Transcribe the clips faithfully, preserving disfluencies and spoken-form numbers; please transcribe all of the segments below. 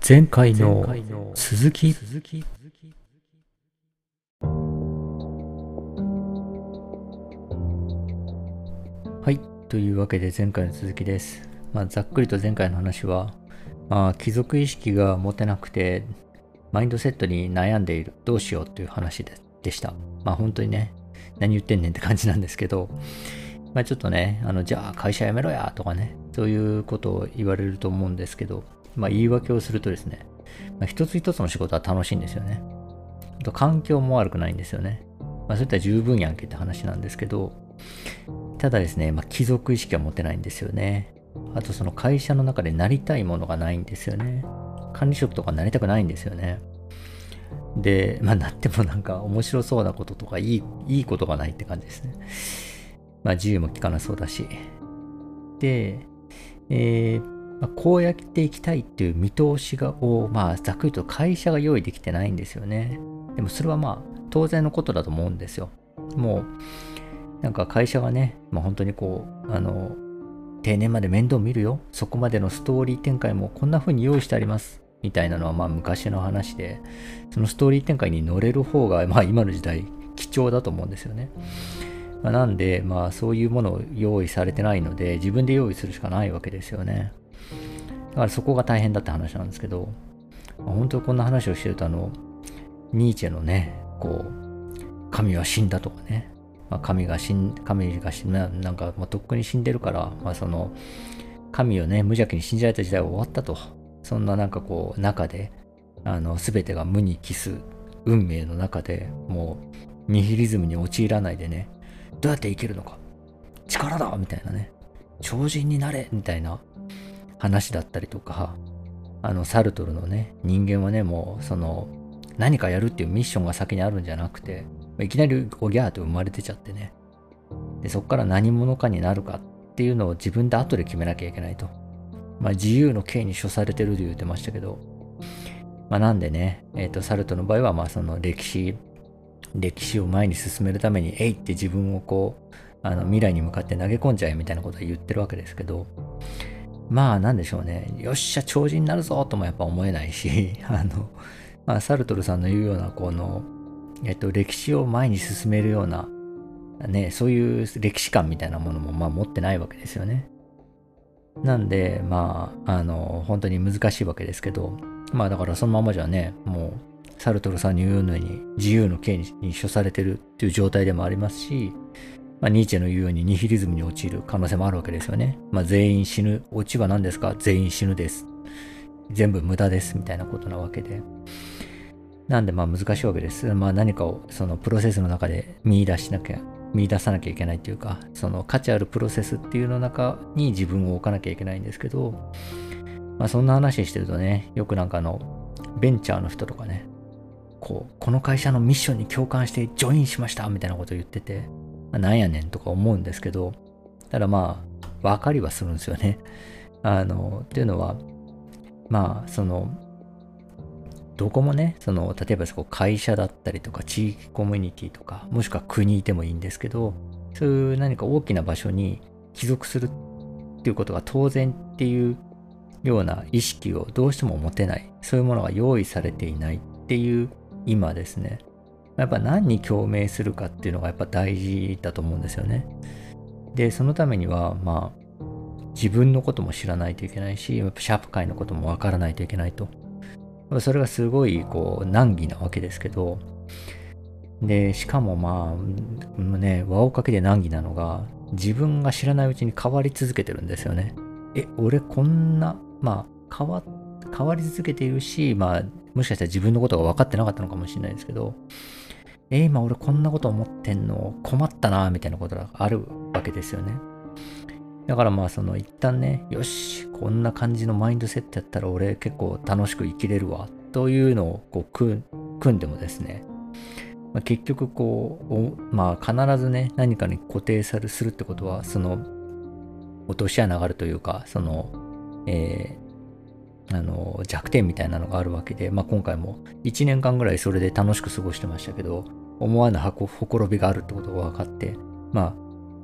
前回の続き。はい、というわけで前回の続きです。まあ、ざっくりと前回の話は、まあ、貴族意識が持てなくてマインドセットに悩んでいる、どうしようという話 で, でした。まあ本当にね、何言ってんねんって感じなんですけど、まあちょっとね、あのじゃあ会社辞めろやとかね、そういうことを言われると思うんですけど、まあ言い訳をするとですね、まあ、一つ一つの仕事は楽しいんですよね。あと環境も悪くないんですよね。まあそういったら十分やんけって話なんですけど、ただですね、まあ貴族意識は持てないんですよね。あとその会社の中でなりたいものがないんですよね。管理職とかなりたくないんですよね。で、まあなってもなんか面白そうなこととかいい、いいことがないって感じですね。まあ自由も利かなそうだし。で、えーまあ、こうやっていきたいっていう見通しがを、まあざっくりと会社が用意できてないんですよね。でもそれはまあ当然のことだと思うんですよ。もうなんか会社がね、まあ本当にこう、あの、定年まで面倒見るよ。そこまでのストーリー展開もこんな風に用意してあります。みたいなのはまあ昔の話で、そのストーリー展開に乗れる方がまあ今の時代貴重だと思うんですよね。まあ、なんでまあそういうものを用意されてないので自分で用意するしかないわけですよね。だからそこが大変だって話なんですけど、まあ、本当にこんな話をしてるとあの、ニーチェのね、こう、神は死んだとかね、まあ、神が死ん、神が死んだ、なんか、まあ、とっくに死んでるから、まあ、その、神をね、無邪気に信じられた時代は終わったと。そんななんかこう、中で、あの、すべてが無に帰す運命の中で、もう、ニヒリズムに陥らないでね、どうやって生きるのか。力だみたいなね。超人になれみたいな話だったりとか、あの、サルトルのね、人間はね、もう、その、何かやるっていうミッションが先にあるんじゃなくて、いきなりおぎゃーと生まれてちゃってね。で、そこから何者かになるかっていうのを自分で後で決めなきゃいけないと。まあ自由の刑に処されてると言ってましたけど、まあなんでね、えっと、サルトの場合はまあその歴史、歴史を前に進めるために、えいって自分をこう、あの未来に向かって投げ込んじゃえみたいなことを言ってるわけですけど、まあなんでしょうね、よっしゃ超人になるぞともやっぱ思えないし、あの、まあサルトルさんの言うようなこの、えっと、歴史を前に進めるような、ね、そういう歴史観みたいなものもまあ持ってないわけですよね。なんで、まあ、あの、本当に難しいわけですけど、まあだからそのままじゃね、もう、サルトルさんに言うように自由の刑に処されてるっていう状態でもありますし、まあ、ニーチェの言うようにニヒリズムに陥る可能性もあるわけですよね。まあ全員死ぬ。オチは何ですか？全員死ぬです。全部無駄です。みたいなことなわけで。なんでまあ難しいわけです。まあ何かをそのプロセスの中で見出しなきゃ、見出さなきゃいけないっていうか、その価値あるプロセスっていうの中に自分を置かなきゃいけないんですけど、まあそんな話してるとね、よくなんかあの、ベンチャーの人とかね、こう、この会社のミッションに共感してジョインしましたみたいなことを言ってて、まあ、なんやねんとか思うんですけど、ただまあ、わかりはするんですよね。あの、っていうのは、まあ、その、どこもね、その、例えばそこ会社だったりとか、地域コミュニティとか、もしくは国いてもいいんですけど、そういう何か大きな場所に帰属するっていうことが当然っていうような意識をどうしても持てない。そういうものが用意されていないっていう今ですね。やっぱ何に共鳴するかっていうのがやっぱ大事だと思うんですよね。で、そのためには、まあ、自分のことも知らないといけないし、やっぱシャープ界のこともわからないといけないと。それがすごいこう難儀なわけですけど、で、しかもまあ、ね、輪をかけて難儀なのが、自分が知らないうちに変わり続けてるんですよね。え、俺こんな、まあ、変わ、変わり続けているし、まあ、もしかしたら自分のことが分かってなかったのかもしれないですけど、え、今俺こんなこと思ってんの困ったな、みたいなことがあるわけですよね。だからまあその一旦ね、よし、こんな感じのマインドセットやったら俺結構楽しく生きれるわ、というのをこう組んでもですね、まあ、結局こう、まあ必ずね、何かに固定されるするってことは、その落とし穴があるというか、その、えー、あの弱点みたいなのがあるわけで、まあ今回もいちねんかんぐらいそれで楽しく過ごしてましたけど、思わぬほころびがあるってことが分かって、まあ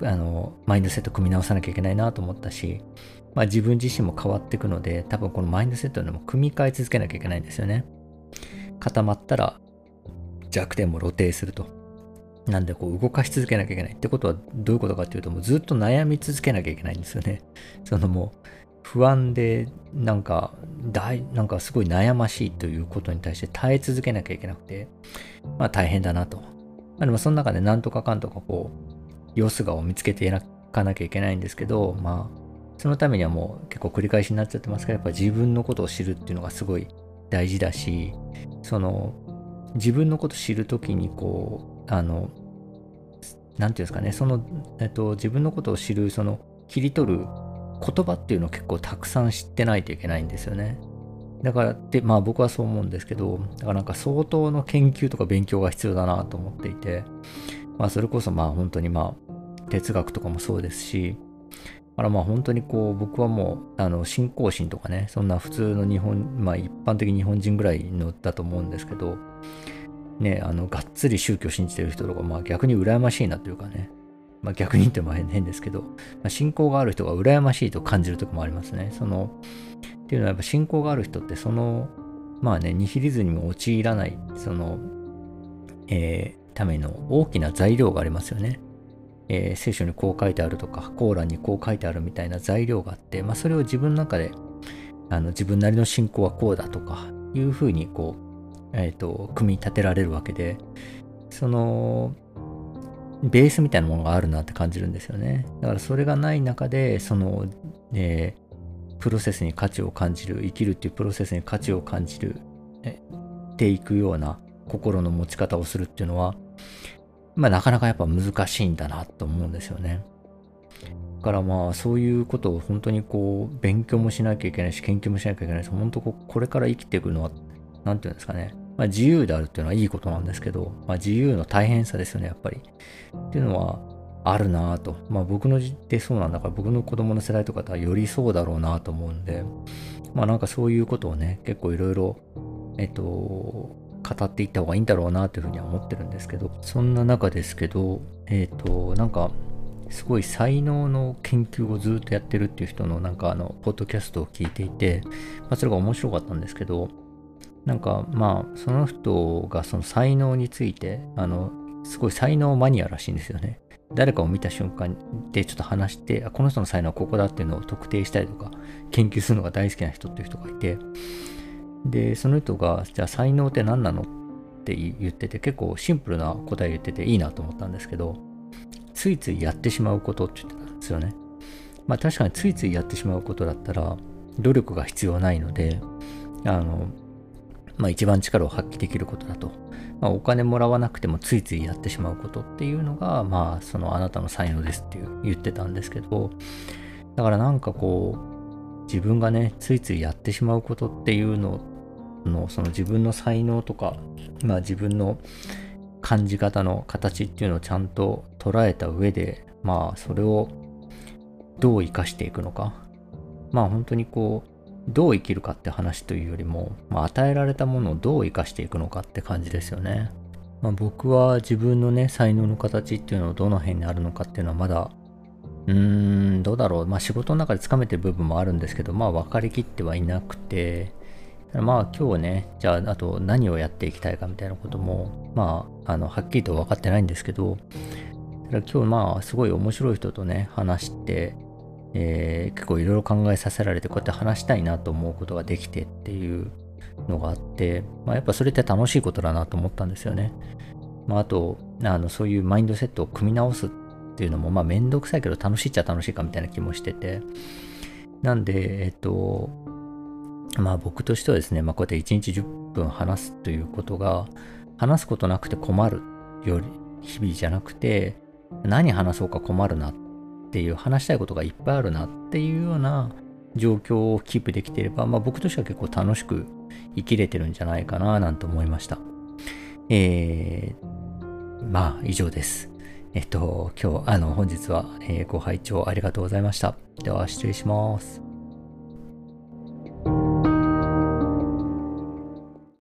あの、マインドセット組み直さなきゃいけないなと思ったし、まあ自分自身も変わっていくので、多分このマインドセットでも組み替え続けなきゃいけないんですよね。固まったら弱点も露呈すると。なんでこう動かし続けなきゃいけないってことはどういうことかっていうと、もうずっと悩み続けなきゃいけないんですよね。そのもう不安でなんか大なんかすごい悩ましいということに対して耐え続けなきゃいけなくて、まあ大変だなと。まあ、でもその中でなんとかかんとかこう様子がを見つけていかなきゃいけないんですけど、まあそのためにはもう結構繰り返しになっちゃってますから、やっぱ自分のことを知るっていうのがすごい大事だし、その自分のことを知るときにこうあのなんていうんですかね、その、えっと、自分のことを知るその切り取る言葉っていうのを結構たくさん知ってないといけないんですよね。だからって、まあ僕はそう思うんですけど、だからなんか相当の研究とか勉強が必要だなと思っていて、まあそれこそまあ本当にまあ哲学とかもそうですし、だからまあ本当にこう僕はもうあの信仰心とかね、そんな普通の日本、まあ一般的日本人ぐらいのだと思うんですけど、ね、あのがっつり宗教信じてる人とか、まあ逆に羨ましいなというかね、まあ逆に言っても変ですけど、まあ、信仰がある人が羨ましいと感じる時もありますね。その、っていうのはやっぱ信仰がある人ってその、まあね、ニヒリズムにも陥らない、その、えー、ための大きな材料がありますよね。えー、聖書にこう書いてあるとか、コーランにこう書いてあるみたいな材料があって、まあそれを自分の中で、あの自分なりの信仰はこうだとか、いうふうにこう、えっと、組み立てられるわけで、その、ベースみたいなものがあるなって感じるんですよね。だからそれがない中で、その、えー、プロセスに価値を感じる、生きるっていうプロセスに価値を感じる、えっていくような心の持ち方をするっていうのは、まあなかなかやっぱ難しいんだなと思うんですよね。だからまあそういうことを本当にこう勉強もしなきゃいけないし研究もしなきゃいけないし、本当ここれから生きていくのはなんていうんですかね、まあ、自由であるっていうのはいいことなんですけど、まあ、自由の大変さですよねやっぱりっていうのはあるなぁと。まあ僕の時ってそうなんだから、僕の子供の世代とかとはよりそうだろうなと思うんで、まあなんかそういうことをね結構いろいろえっと語っていった方がいいんだろうなというふうには思ってるんですけど、そんな中ですけど、えっとなんかすごい才能の研究をずっとやってるっていう人のなんかあのポッドキャストを聞いていて、まあ、それが面白かったんですけど、なんかまあその人がその才能についてあのすごい才能マニアらしいんですよね。誰かを見た瞬間でちょっと話して、あ、この人の才能はここだっていうのを特定したりとか研究するのが大好きな人っていう人がいて、でその人がじゃあ才能って何なのって言ってて、結構シンプルな答え言ってていいなと思ったんですけど、ついついやってしまうことって言ってたんですよね。まあ確かについついやってしまうことだったら努力が必要ないので、あのまあ一番力を発揮できることだと。まあお金もらわなくてもついついやってしまうことっていうのが、まあそのあなたの才能ですっていう言ってたんですけど、だからなんかこう、自分がね、ついついやってしまうことっていうのの、その自分の才能とか、まあ自分の感じ方の形っていうのをちゃんと捉えた上で、まあそれをどう生かしていくのか。まあ本当にこう、どう生きるかって話というよりも、まあ、与えられたものをどう生かしていくのかって感じですよね。まあ、僕は自分のね、才能の形っていうのをどの辺にあるのかっていうのはまだ、うーん、どうだろう。まあ仕事の中でつかめてる部分もあるんですけど、まあ分かりきってはいなくて、まあ今日ね、じゃああと何をやっていきたいかみたいなことも、まあ、あの、はっきりと分かってないんですけど、ただ今日まあすごい面白い人とね、話して、えー、結構いろいろ考えさせられて、こうやって話したいなと思うことができてっていうのがあって、まあ、やっぱそれって楽しいことだなと思ったんですよね。まあ、あと、あのそういうマインドセットを組み直すっていうのも、まあめんどくさいけど楽しいっちゃ楽しいかみたいな気もしてて、なんで、えっと、まあ僕としてはですね、まあこうやっていちにちじゅっぷん話すということが、話すことなくて困るより、日々じゃなくて、何話そうか困るなっていう、話したいことがいっぱいあるなっていうような状況をキープできていれば、まあ僕としては結構楽しく生きれてるんじゃないかななんて思いました。えー、まあ以上です。えっと、今日、あの、本日は、えーご拝聴ありがとうございました。では失礼します。